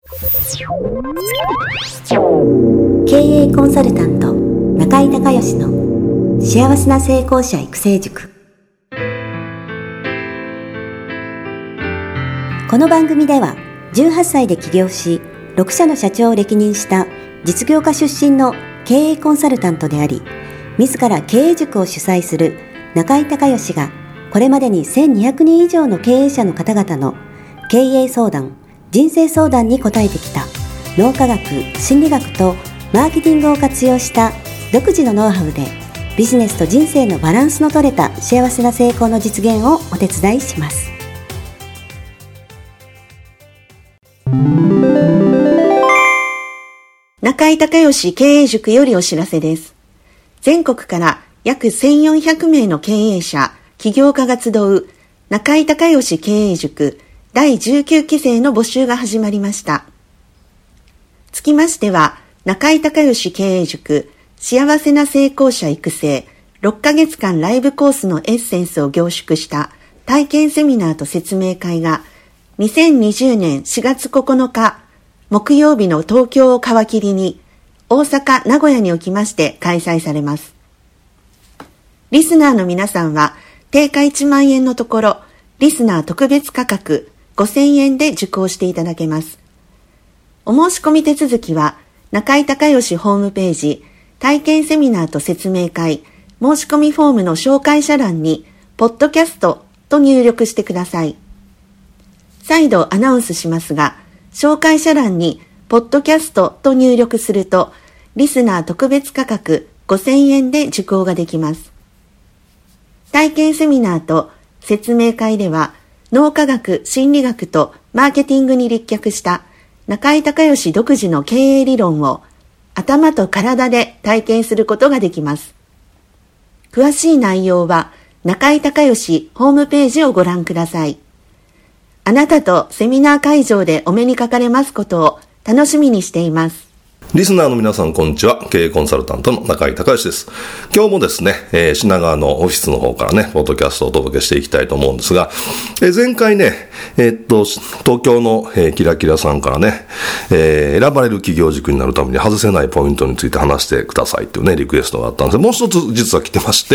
経営コンサルタント中井孝義の幸せな成功者育成塾。この番組では18歳で起業し6社の社長を歴任した実業家出身の経営コンサルタントであり、自ら経営塾を主催する中井孝義がこれまでに1200人以上の経営者の方々の経営相談、人生相談に応えてきた脳科学、心理学とマーケティングを活用した独自のノウハウでビジネスと人生のバランスの取れた幸せな成功の実現をお手伝いします。 中井孝義経営塾よりお知らせです。全国から約1400名の経営者、起業家が集う中井孝義経営塾第19期生の募集が始まりました。つきましては、中井孝義経営塾幸せな成功者育成6ヶ月間ライブコースのエッセンスを凝縮した体験セミナーと説明会が2020年4月9日木曜日の東京を皮切りに大阪、名古屋におきまして開催されます。リスナーの皆さんは定価1万円のところ、リスナー特別価格5000円で受講していただけます。お申し込み手続きは中井孝義ホームページ体験セミナーと説明会申し込みフォームの紹介者欄にポッドキャストと入力してください。再度アナウンスしますが、紹介者欄にポッドキャストと入力するとリスナー特別価格5000円で受講ができます。体験セミナーと説明会では脳科学、心理学とマーケティングに立脚した中井孝義独自の経営理論を頭と体で体験することができます。詳しい内容は中井孝義ホームページをご覧ください。あなたとセミナー会場でお目にかかれますことを楽しみにしています。 リスナーの皆さん、こんにちは。経営コンサルタントの中井孝義です。今日もですね、品川のオフィスの方からね、ポッドキャストをお届けしていきたいと思うんですが、前回ね、東京の、キラキラさんからね、選ばれる企業軸になるために外せないポイントについて話してくださいっていうね、リクエストがあったんですが、もう一つ実は来てまして、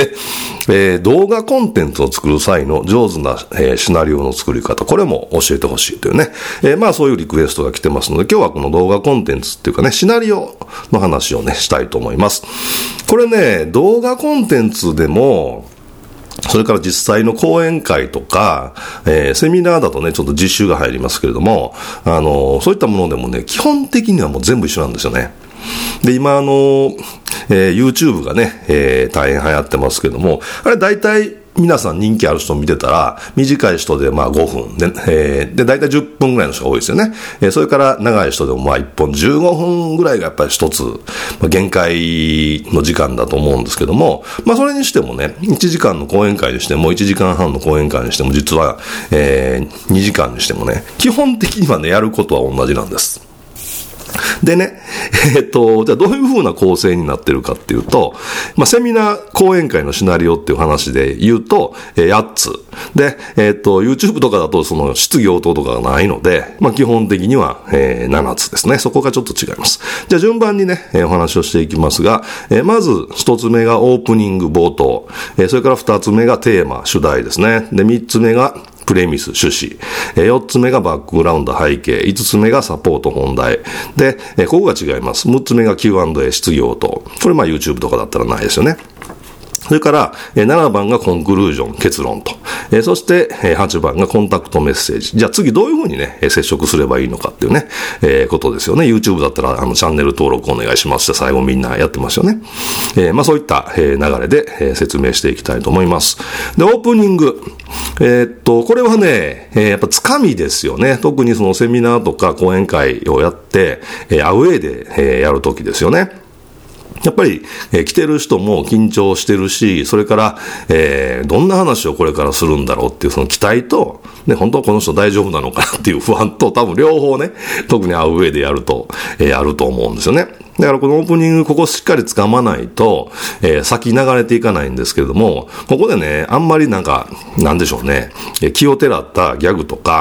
動画コンテンツを作る際の上手な、シナリオの作り方、これも教えてほしいというね、まあそういうリクエストが来てますので、今日はこの動画コンテンツっていうかね、シナリオの話をね、したいと思います。これね、動画コンテンツでも、それから実際の講演会とか、セミナーだとね、ちょっと実習が入りますけれども、そういったものでもね、基本的にはもう全部一緒なんですよね。で、今YouTube がね、大変流行ってますけども、あれ大体、皆さん人気ある人見てたら、短い人でまあ5分で、で、だいたい10分ぐらいの人が多いですよね。それから長い人でもまあ1本15分ぐらいがやっぱり一つ、限界の時間だと思うんですけども、まあそれにしてもね、1時間の講演会にしても、1時間半の講演会にしても、実は、2時間にしてもね、基本的にはね、やることは同じなんです。でね、じゃあどういう風な構成になってるかっていうと、まあ、セミナー講演会のシナリオっていう話で言うと、8つ。で、YouTube とかだとその質疑応答とかがないので、まあ、基本的には、7つですね。そこがちょっと違います。じゃあ順番にね、お話をしていきますが、まず1つ目がオープニング冒頭。それから2つ目がテーマ、主題ですね。で、3つ目がプレミス、趣旨。4つ目がバックグラウンド、背景。5つ目がサポート、本題。で、ここが違います。6つ目が Q&A、質疑応答。これまあ YouTube とかだったらないですよね。それから、7番がコンクルージョン、結論と。そして、8番がコンタクトメッセージ。じゃあ次どういうふうにね、接触すればいいのかっていうね、ことですよね。YouTube だったら、チャンネル登録お願いしますって最後みんなやってますよね。まあそういった、流れで、説明していきたいと思います。で、オープニング。これはね、やっぱつかみですよね。特にそのセミナーとか講演会をやって、アウェイで、やるときですよね。やっぱり、来てる人も緊張してるし、それから、どんな話をこれからするんだろうっていうその期待と、ね、本当この人大丈夫なのかなっていう不安と、多分両方ね、特に会う上でやると、あると思うんですよね。だからこのオープニング、ここしっかり掴まないと、先流れていかないんですけれども、ここでね、あんまりなんでしょうね、気をてらったギャグとか、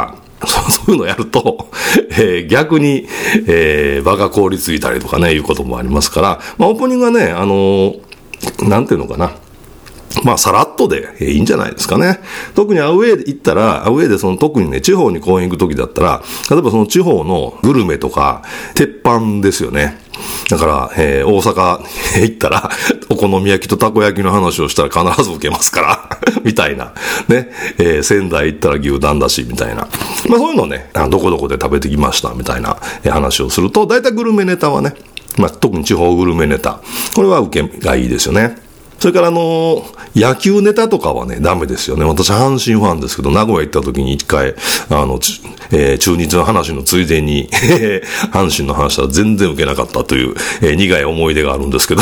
そういうのをやると、逆に、場が凍りついたりとかね、いうこともありますから、まあ、オープニングはね、なんていうのかな。まあ、さらっとでいいんじゃないですかね。特にアウェーで行ったら、アウェーで特にね、地方に公演行くときだったら、例えばその地方のグルメとか、鉄板ですよね。だから、大阪へ行ったら、お好み焼きとたこ焼きの話をしたら必ず受けますから、みたいな。ね。仙台行ったら牛タンだし、みたいな。まあそういうのをね、どこどこで食べてきました、みたいな話をすると、だいたいグルメネタはね、まあ特に地方グルメネタ。これは受けがいいですよね。それから阪球ネタとかはね、ダメですよね。私、阪神ファンですけど、名古屋行った時に一回、中日の話のついでに、阪神の話は全然受けなかったという、苦い思い出があるんですけど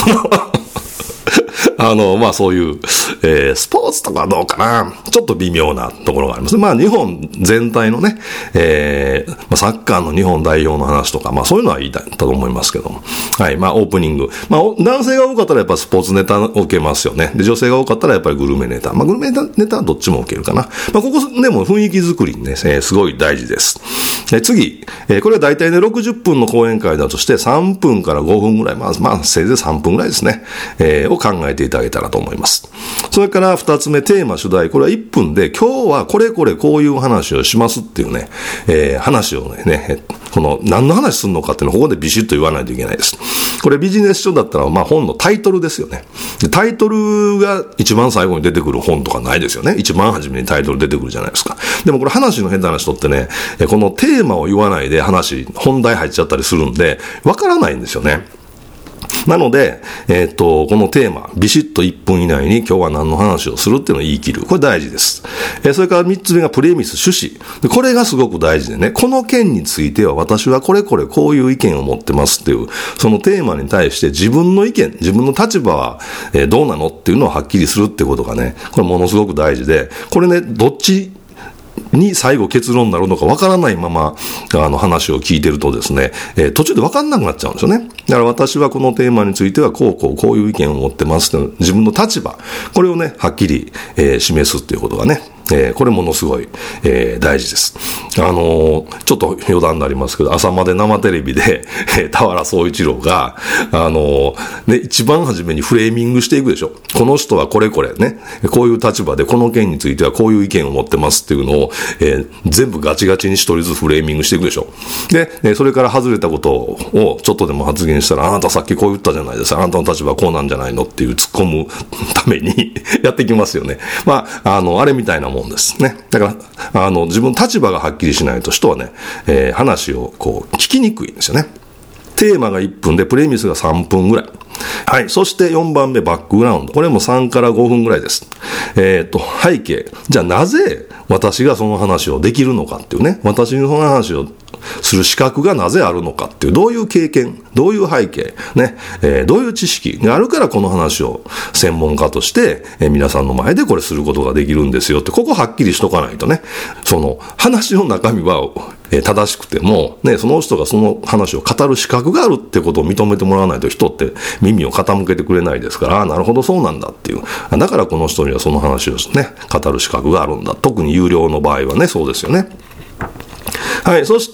まあそういう、スポーツとかどうかな。ちょっと微妙なところがあります。まあ日本全体のね、サッカーの日本代表の話とか、まあそういうのは言いたいと思いますけども。はい。まあオープニング。まあ男性が多かったらやっぱスポーツネタを受けますよね。で、女性が多かったらやっぱりグルメネタ。まあグルメネタはどっちも受けるかな。まあここでも雰囲気作りにね、すごい大事です。次、これは大体ね、60分の講演会だとして3分から5分ぐらい、まあせいぜい3分ぐらいですね、を考えていただけたらと思います。それから2つ目、テーマ主題。これは1分で、今日はこれこういう話をしますっていうね、話をね、何の話するのかっていうのをここでビシッと言わないといけないです。これビジネス書だったら、まあ本のタイトルですよね。でタイトルが一番最後に出てくる本とかないですよね。一番初めにタイトル出てくるじゃないですか。でもこれ話の下手な人ってね、このテーマを言わないで本題入っちゃったりするんで、わからないんですよね。なので、このテーマ、ビシッと1分以内に今日は何の話をするっていうのを言い切る。これ大事です。それから3つ目がプレミス、趣旨。でこれがすごく大事でね、この件については私はこういう意見を持ってますっていう、そのテーマに対して自分の意見、自分の立場はどうなのっていうのをはっきりするってことがね、これものすごく大事で、これね、どっちに最後結論になるのかわからないまま話を聞いてるとですね、途中でわかんなくなっちゃうんですよね。だから私はこのテーマについてはこういう意見を持ってますって自分の立場、これをねはっきり、示すっていうことがね、これものすごい、大事です。ちょっと余談になりますけど、朝まで生テレビで、田原総一郎が、ね、一番初めにフレーミングしていくでしょ。この人はこれね、こういう立場でこの件についてはこういう意見を持ってますっていうのを、全部ガチガチに一人ずつフレーミングしていくでしょ。で、それから外れたことをちょっとでも発言したら、あなたさっきこう言ったじゃないですか。あなたの立場はこうなんじゃないのっていう突っ込むためにやっていきますよね。まあ、あれみたいなもんですね。だから、自分の立場がはっきりしないと人はね、話を聞きにくいんですよね。テーマが1分でプレミスが3分ぐらい。はい。そして4番目バックグラウンド。これも3から5分ぐらいです。背景。じゃあなぜ私がその話をできるのかっていうね。私にその話をする資格がなぜあるのかっていう、どういう経験、どういう背景、ね、どういう知識があるからこの話を専門家として、皆さんの前でこれすることができるんですよって、ここはっきりしとかないとね、その話の中身は正しくても、ね、その人がその話を語る資格があるってことを認めてもらわないと人って耳を傾けてくれないですから、なるほどそうなんだっていう。だからこの人にはその話をね、語る資格があるんだ。特に有料の場合はね、そうですよね。はい。そして、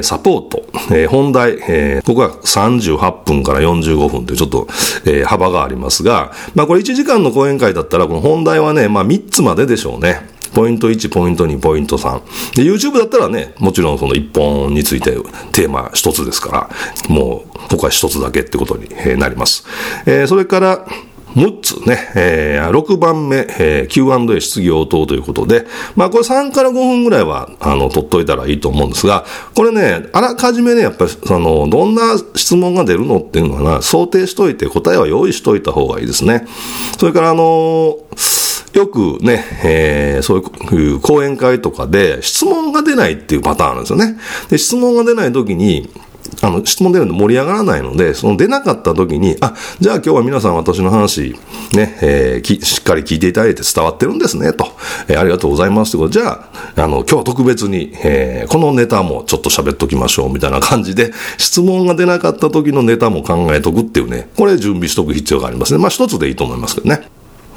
サポート。本題。ここは38分から45分というちょっと、幅がありますが、まあこれ1時間の講演会だったら、この本題はね、まあ3つまででしょうね。ポイント1、ポイント2、ポイント3。で、YouTube だったらね、もちろんその1本についてテーマ1つですから、もう、ここは1つだけってことになります。それから、6つね、6番目、Q&A 質疑応答ということで、まあこれ3から5分ぐらいは、取っといたらいいと思うんですが、これね、あらかじめね、やっぱり、どんな質問が出るのっていうのは想定しといて、答えは用意しといた方がいいですね。それからよくね、そういう講演会とかで質問が出ないっていうパターンなんですよね。で、質問が出ないときに、質問出るの盛り上がらないので、その出なかった時に、じゃあ今日は皆さん私の話、ね、しっかり聞いていただいて伝わってるんですね、と。ありがとうございますということで、じゃあ、今日は特別に、このネタもちょっと喋っときましょう、みたいな感じで、質問が出なかった時のネタも考えとくっていうね、これ準備しとく必要がありますね。まあ一つでいいと思いますけどね。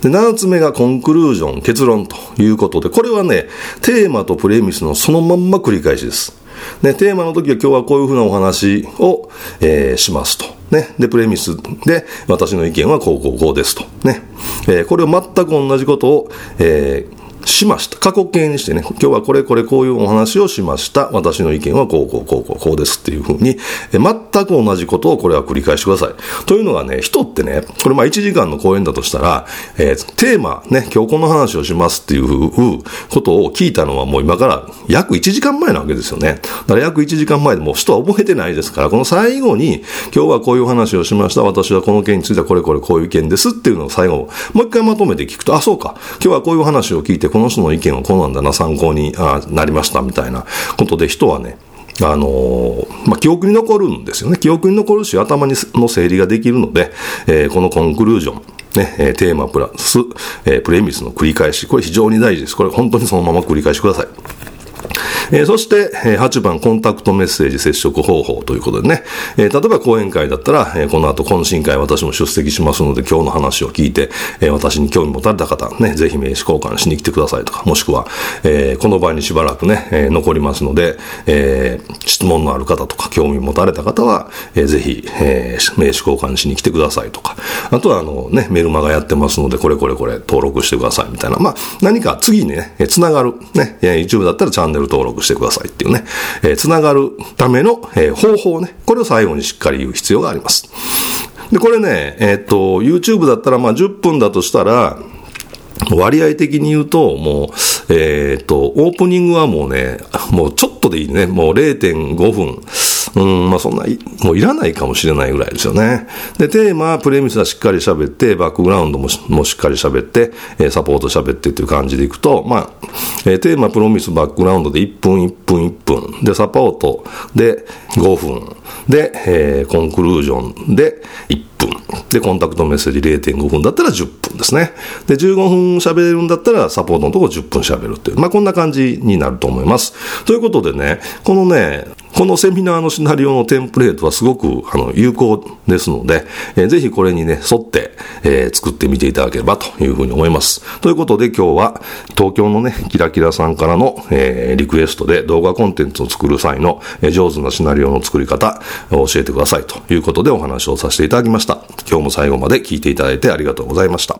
で、7つ目がコンクルージョン、結論ということで、これはね、テーマとプレミスのそのまんま繰り返しです。ね、テーマの時は今日はこういうふうなお話を、しますと。ね。で、プレミスで私の意見はこうですと。ね。これを全く同じことを、しました。過去形にしてね、今日はこういうお話をしました。私の意見はこうですっていうふうに、全く同じことをこれは繰り返してください。というのがね、人ってね、これ1時間の講演だとしたら、テーマね、今日この話をしますっていうことを聞いたのはもう今から約1時間前なわけですよね。だから約1時間前でもう人は覚えてないですから、この最後に、今日はこういう話をしました。私はこの件についてはこういう意見ですっていうのを最後、もう一回まとめて聞くと、あ、そうか。今日はこういう話を聞いて、この人の意見はこうなんだな、参考になりましたみたいなことで、人はね、記憶に残るんですよね。記憶に残るし、頭の整理ができるので、このコンクルージョン、ね、テーマプラス、プレミスの繰り返し、これ非常に大事です。これ本当にそのまま繰り返してください。そして、8番、コンタクトメッセージ接触方法ということでね、例えば講演会だったら、この後懇親会私も出席しますので、今日の話を聞いて、私に興味持たれた方、ね、ぜひ名刺交換しに来てくださいとか、もしくは、この場にしばらくね、残りますので、質問のある方とか、興味持たれた方は、ぜひ、名刺交換しに来てくださいとか、あとはメルマガやってますので、これ登録してくださいみたいな、何か次にね、つながる、ね、YouTube だったらチャンネル登録してくださいっていうね、つながるための、方法ね、これを最後にしっかり言う必要があります。で、これね、YouTube だったら10分だとしたら、割合的に言うと、もう、オープニングはもうね、もうちょっとでいいね、もう 0.5 分。そんな、もういらないかもしれないぐらいですよね。で、テーマ、プレミスはしっかり喋って、バックグラウンドもしっかり喋って、サポート喋ってっていう感じでいくと、テーマ、プロミス、バックグラウンドで1分。で、サポートで5分。で、コンクルージョンで1分。で、コンタクトメッセージ 0.5 分だったら10分ですね。で、15分喋れるんだったら、サポートのところ10分喋るっていう。こんな感じになると思います。ということでね、このセミナーのシナリオのテンプレートはすごく有効ですので、ぜひこれにね、沿って、作ってみていただければというふうに思います。ということで今日は東京のね、キラキラさんからの、リクエストで動画コンテンツを作る際の、上手なシナリオの作り方を教えてくださいということでお話をさせていただきました。今日も最後まで聞いていただいてありがとうございました。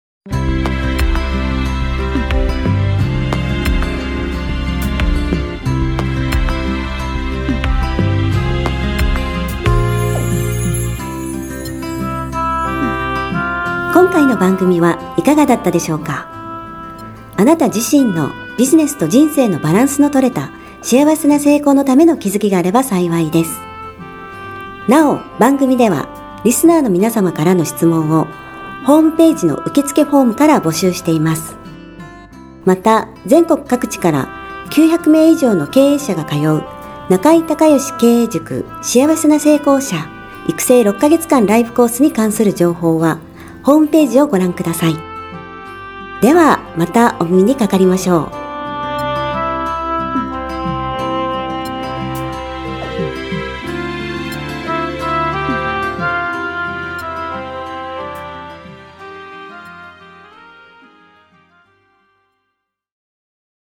今回の番組はいかがだったでしょうか。あなた自身のビジネスと人生のバランスの取れた幸せな成功のための気づきがあれば幸いです。なお、番組ではリスナーの皆様からの質問をホームページの受付フォームから募集しています。また、全国各地から900名以上の経営者が通う中井孝義経営塾幸せな成功者育成6ヶ月間ライブコースに関する情報はホームページをご覧ください。ではまたお耳にかかりましょう。